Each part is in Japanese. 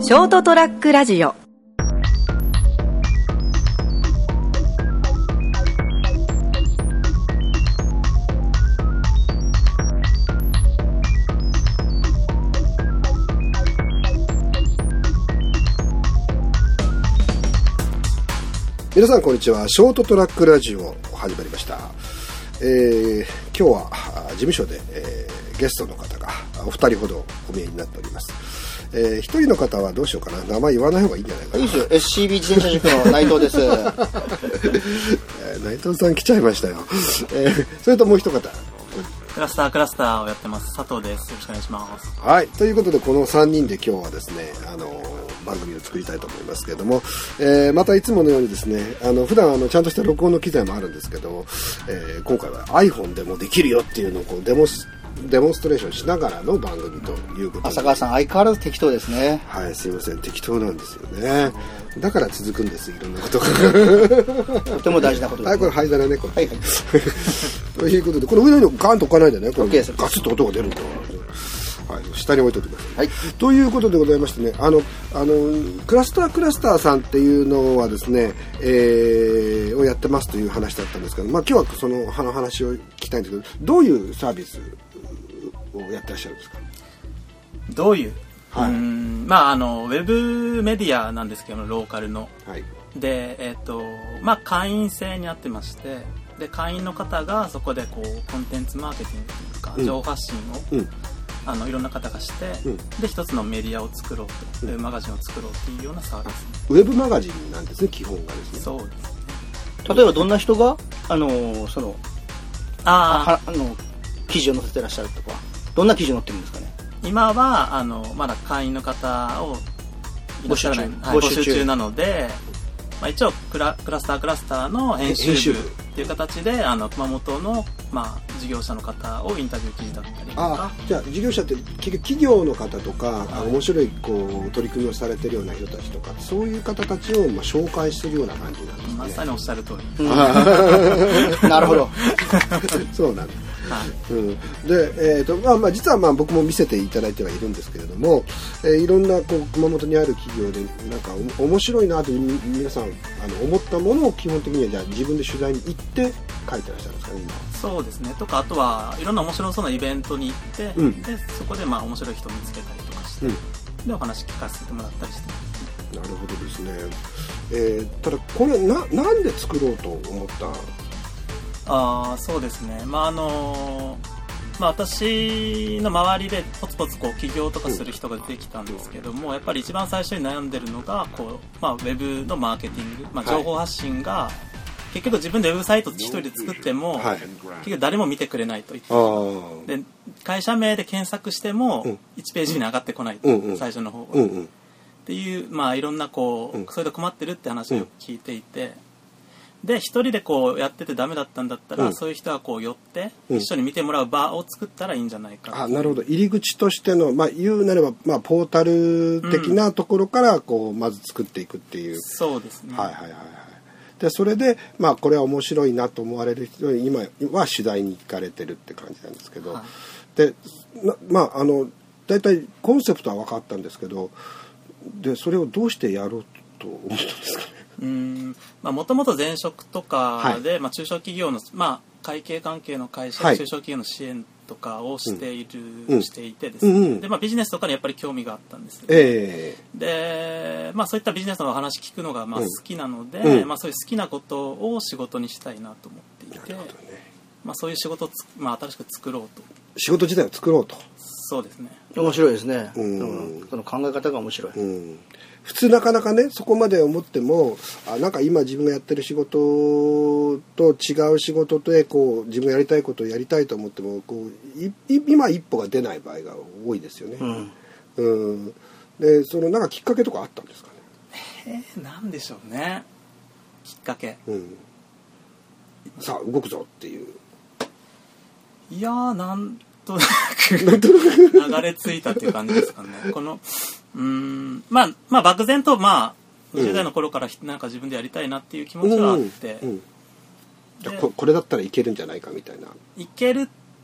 ショートトラックラジオ。 皆さんこんにちは。ショートトラックラジオ始まりました。今日は事務所で、ゲストの方がお二人ほどお見えになっております。一人の方はどうしようかな、名前言わない方がいいんじゃないかな。 いいですよ。SCB 自転車塾の内藤です。 内藤さん来ちゃいましたよ。それともう一方、 クラスターをやってます佐藤です。よろしくお願いします。 はい、ということでこの3人で今日はですね番組を作りたいと思いますけれども、またいつものようにですね普段ちゃんとした録音の機材もあるんですけど、今回は iPhone でもできるよっていうのをこうデモンストレーションしながらの番組ということで、 浅川さん相変わらず適当ですね。 はい、すいません、適当なんですよね。だから続くんです、いろんなことがとても大事なことです。 はい、これ灰皿ね、これ、 はいはいということでこの上にガンと置かないでね、これ OK です。 ガツッと音が出るんだ。はい、下に置いておいてください。 はい、 ということでございましてね、クラスターさんっていうのはですね、をやってますという話だったんですけど、まあ今日はその話を聞きたいんですけど、どういうサービスをやってらっしゃるんですか？ どういう、 はい、 まあウェブメディアなんですけどローカルの、 はい、 でまあ会員制になってまして、で会員の方がそこでこうコンテンツマーケティングとか情報発信を、いろんな方がして、で一つのメディアを作ろうと、ウェブマガジンを作ろうっていうようなサービス、 ウェブマガジンなんですね、基本がですね。 そうですね。 例えばどんな人が記事を載せてらっしゃるとか、どんな記事を載ってるんですかね？ 今はまだ会員の方を募集中なので、まあ、一応クラスターの編集部っていう形で熊本の、まあ、事業者の方をインタビュー記事だったりとか。 じゃあ事業者って結局企業の方とか、面白いこう取り組みをされてるような人たちとか、そういう方たちをまあ紹介するような感じなんですね。 まさにおっしゃる通り。 なるほど。 そうなんです。 はい、 で、まあ実はまあ僕も見せていただいてはいるんですけれども、いろんなこう熊本にある企業でなんか面白いなという皆さん思ったものを基本的にはじゃあ自分で取材に行って書いてらっしゃるんですかね、今。 そうですね。とかあとはいろんな面白そうなイベントに行って、でそこでまあ面白い人を見つけたりとかして、でお話聞かせてもらったりして。 なるほどですね。ただこれなんで作ろうと思った？ そうですね。まあまあ、私の周りでポツポツこう起業とかする人が出てきたんですけども、やっぱり一番最初に悩んでるのがこう、まあ、ウェブのマーケティング、まあ、情報発信が、結局自分でウェブサイト一人で作っても、結局誰も見てくれないと言って、で会社名で検索しても1ページに上がってこないと、最初の方は、っていう、まあ、いろんなこう、それで困ってるって話を聞いていて、で一人でこうやっててダメだったんだったら、そういう人がこう寄って一緒に見てもらう場を作ったらいいんじゃないか。 なるほど。入り口としての、まあ、言うなれば、まあ、ポータル的なところからこうまず作っていくっていう。 そうですね。 はいはいはいはい。でそれで、まあ、これは面白いなと思われる人に今は取材に行かれてるって感じなんですけど、でまあだいたいコンセプトは分かったんですけど、でそれをどうしてやろうと思ったんですかね？ もともと前職とかで、まあ、中小企業の、まあ、会計関係の会社、中小企業の支援とかをしていてですね、でまあ、ビジネスとかにやっぱり興味があったんですよ、で、まあ、そういったビジネスの話聞くのがまあ好きなので、まあ、そういう好きなことを仕事にしたいなと思っていて、まあ、そういう仕事をまあ、新しく作ろうと。 仕事自体を作ろうと。 そうですね。 面白いですね。その考え方が面白い。 普通なかなかねそこまで思ってもなんか今自分がやってる仕事と違う仕事でこう自分がやりたいことをやりたいと思ってもこう今一歩が出ない場合が多いですよね。でそのなんかきっかけとかあったんですかね？ なんでしょうね、きっかけ。さあ動くぞっていう。 いやーなんとなく流れ着いたっていう感じですかね。このまあ漠然とまあ20代の頃からなんか自分でやりたいなっていう気持ちはあって、 じゃあこれだったらいけるんじゃないかみたいな。 いけるっ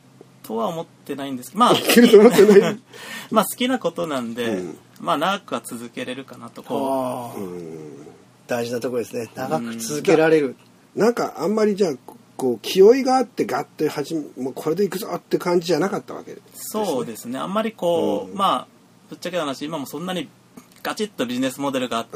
とは思ってないんですけど、まあいけると思ってないまあ好きなことなんで、まあ長くは続けれるかなとこ大事なところですね。長く続けられる。 なんかあんまりじゃあこう気負いがあってガッてもうこれでいくぞって感じじゃなかったわけですね。 そうですね。あんまりこう、まあぶっちゃけた話、今もそんなにガチッとビジネスモデルがあって、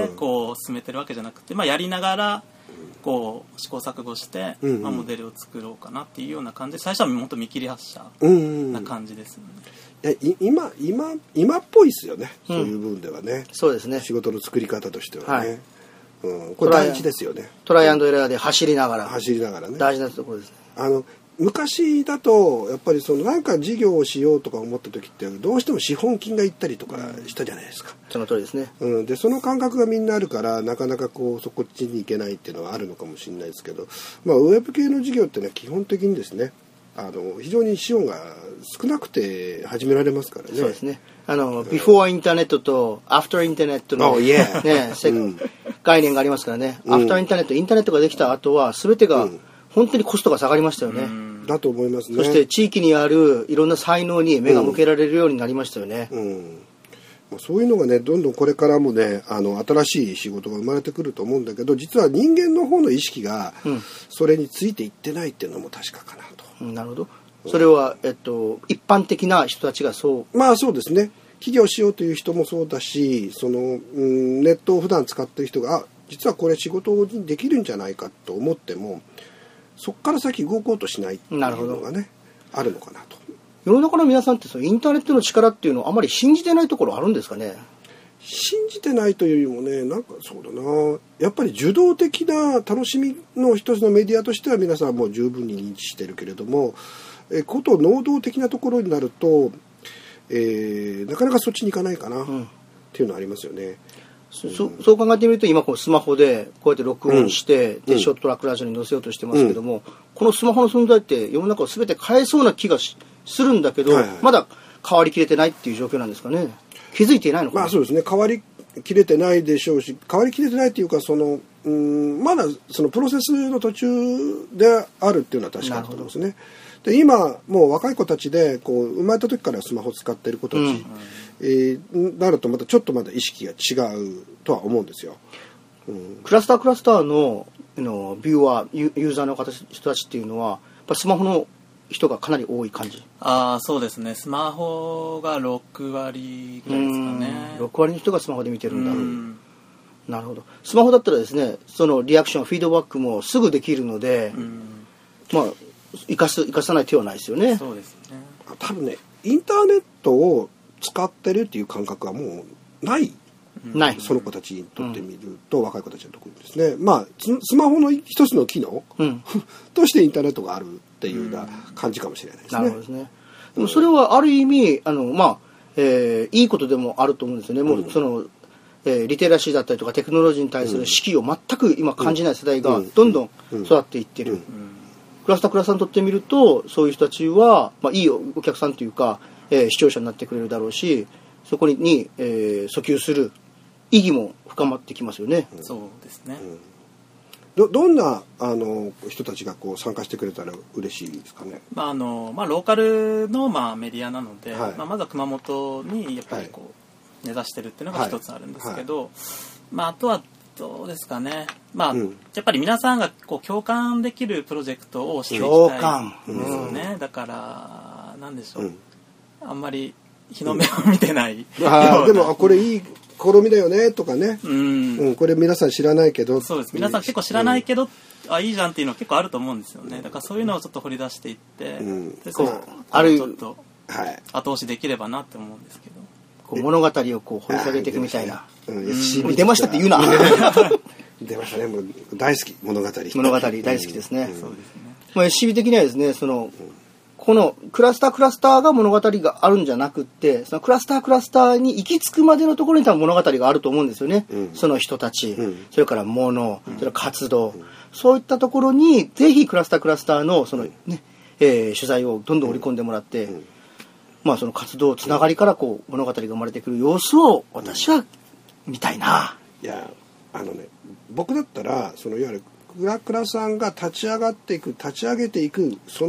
こう進めてるわけじゃなくて、まあやりながらこう試行錯誤して、まあ、モデルを作ろうかなっていうような感じで、最初は本当見切り発車な感じですね。 今っぽいですよね、そういう部分ではね。 そうですね。 仕事の作り方としてはね、これ大事ですよね。 トライアンドエラーで走りながらね、 大事なところですね。 昔だとやっぱりなんか事業をしようとか思った時ってどうしても資本金がいったりとかしたじゃないですか。 その通りですね。 でその感覚がみんなあるからなかなかこっちに行けないっていうのはあるのかもしれないですけど、まあ、ウェブ系の事業ってのは基本的にですね、非常に資本が少なくて始められますからね。 そうですね。ビフォーインターネットとアフターインターネットの、概念がありますからね。アフターインターネット、インターネットができた後は全てが本当にコストが下がりましたよね。 だと思いますね。 そして地域にあるいろんな才能に目が向けられるようになりましたよね。 そういうのがね、どんどんこれからもね、新しい仕事が生まれてくると思うんだけど、実は人間の方の意識がそれについていってないっていうのも確かかなと。 なるほど。それは、一般的な人たちがそう。 まあそうですね。起業しようという人もそうだし、ネットを普段使ってる人が、実はこれ仕事にできるんじゃないかと思っても、そこから先動こうとしないっていうのがね、あるのかなと。 世の中の皆さんってインターネットの力っていうのをあまり信じてないところあるんですかね。 信じてないというよりもね、なんかそうだな、やっぱり受動的な楽しみの一つのメディアとしては皆さんもう十分に認知してるけれども、こと能動的なところになると、なかなかそっちに行かないかなっていうのはありますよね。 そう考えてみると今スマホでこうやって録音して、でショートトラックラジオに載せようとしてますけども、このスマホの存在って世の中を全て変えそうな気がするんだけど、まだ変わりきれてないっていう状況なんですかね。気づいていないのかな。 まあそうですね、変わりきれてないでしょうし、変わりきれてないっていうかまだそのプロセスの途中であるっていうのは確かだと思うんですね。で今もう若い子たちで生まれた時からスマホを使っている子たち、なるとまだ意識が違うとは思うんですよ。 クラスターのビューワーユーザーの人たちっていうのはやっぱスマホの人がかなり多い感じ。 そうですね。スマホが6割ぐらいですかね。 6割の人がスマホで見てるんだ。なるほど。スマホだったらですね、そのリアクションフィードバックもすぐできるので、まあ生かさない手はないですよね。 そうですね。 多分ね、インターネットを使ってるっていう感覚はもうない。その子たちにとってみると、若い子たちのところですね。まあスマホの一つの機能、としてインターネットがあるっていうような感じかもしれないですね。 なるほどですね。でもそれはある意味いいことでもあると思うんですよね。もうリテラシーだったりとかテクノロジーに対する士気を全く今感じない世代がどんどん育っていってる。クラスターにとってみると、そういう人たちは、いいお客さんというか、視聴者になってくれるだろうし、そこに、訴求する意義も深まってきますよね。 そうですね。 どんな人たちが参加してくれたら嬉しいですかね。 ローカルのメディアなので、まずは熊本にやっぱり根ざしてるっていうのが一つあるんですけど、あとはどうですかね。やっぱり皆さんが共感できるプロジェクトをしていきたいんですよね。だからなんでしょう。あんまり日の目を見てない。 でもこれいい試みだよねとかね。これ皆さん知らないけど。 そうです。皆さん結構知らないけど、いいじゃんっていうのは結構あると思うんですよね。だからそういうのをちょっと掘り出していって、あるちょっと後押しできればなって思うんですけど。 物語を掘り下げていくみたいな。出ましたって言うな。 出ましたね。もう大好き物語。 物語大好きですね。そうですね。SCB 的にはですね、このクラスターが物語があるんじゃなくって、そのクラスターに行き着くまでのところに多分物語があると思うんですよね。その人たち、それから物、それから活動、そういったところにぜひクラスターの取材をどんどん織り込んでもらって。その活動つながりから物語が生まれてくる様子を私は見たいな。 いや僕だったらいわゆるクラさんが立ち上げていくその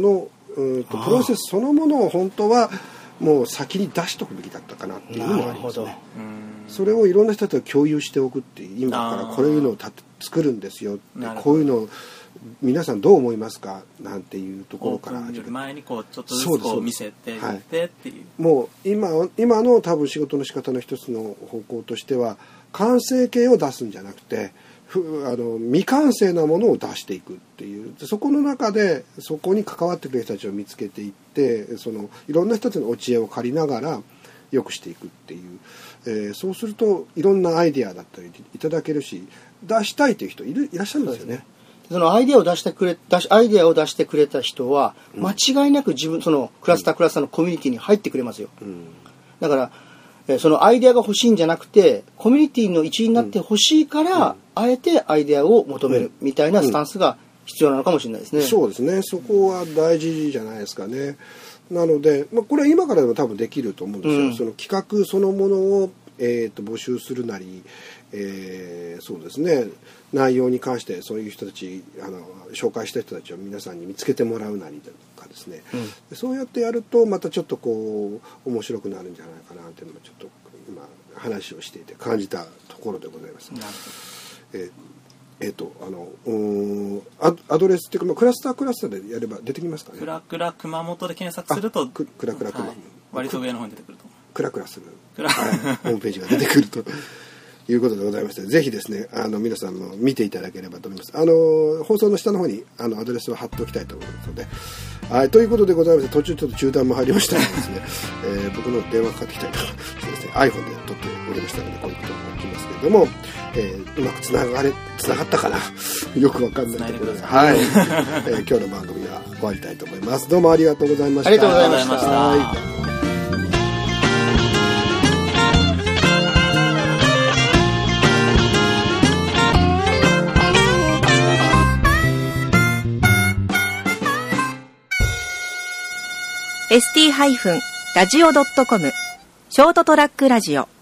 プロセスそのものを本当はもう先に出しとくべきだったかなっていうのもありますね。それをいろんな人と共有しておくっていう、今からこういうのを作るんですよって、こういうのを皆さんどう思いますかなんていうところから始める。 前にこうちょっとずつこう見せていってっていう、 もう今の多分仕事の仕方の一つの方向としては、完成形を出すんじゃなくて未完成なものを出していくっていう、そこの中でそこに関わってくれる人たちを見つけていって、いろんな人たちのお知恵を借りながら良くしていくっていう、そうするといろんなアイデアだったりいただけるし、出したいという人いらっしゃるんですよね。 そのアイデアを出してくれた人は間違いなくそのクラスターのコミュニティに入ってくれますよ。だからそのアイデアが欲しいんじゃなくて、コミュニティの一員になって欲しいから、あえてアイデアを求めるみたいなスタンスが必要なのかもしれないですね。 そうですね。そこは大事じゃないですかね。なので、これは今からでも多分できると思うんですよ。その企画そのものを、募集するなり、そうですね、内容に関してそういう人たち紹介した人たちを皆さんに見つけてもらうなりとかですね、そうやってやるとまたちょっとこう面白くなるんじゃないかなというのもちょっと今話をしていて感じたところでございます。アドレスっていうか、クラスターでやれば出てきますかね。 クラクラ熊本で検索するとクラクラ熊、 割と上の方に出てくるとクラクラする、ホームページが出てくるということでございまして、ぜひですね皆さんも見ていただければと思います。放送の下の方にアドレスを貼っておきたいと思いますので、はい、ということでございまして、途中ちょっと中断も入りましたのでですね、僕の電話かかってきたりとかしてですね、 iPhone で撮っておりましたのでこういうことが起きますけれども、うまくつながったかなよくわかんないところで、はい、今日の番組は終わりたいと思います。どうもありがとうございました。 ありがとうございました。 はい。 ST-radio.com ショートトラックラジオ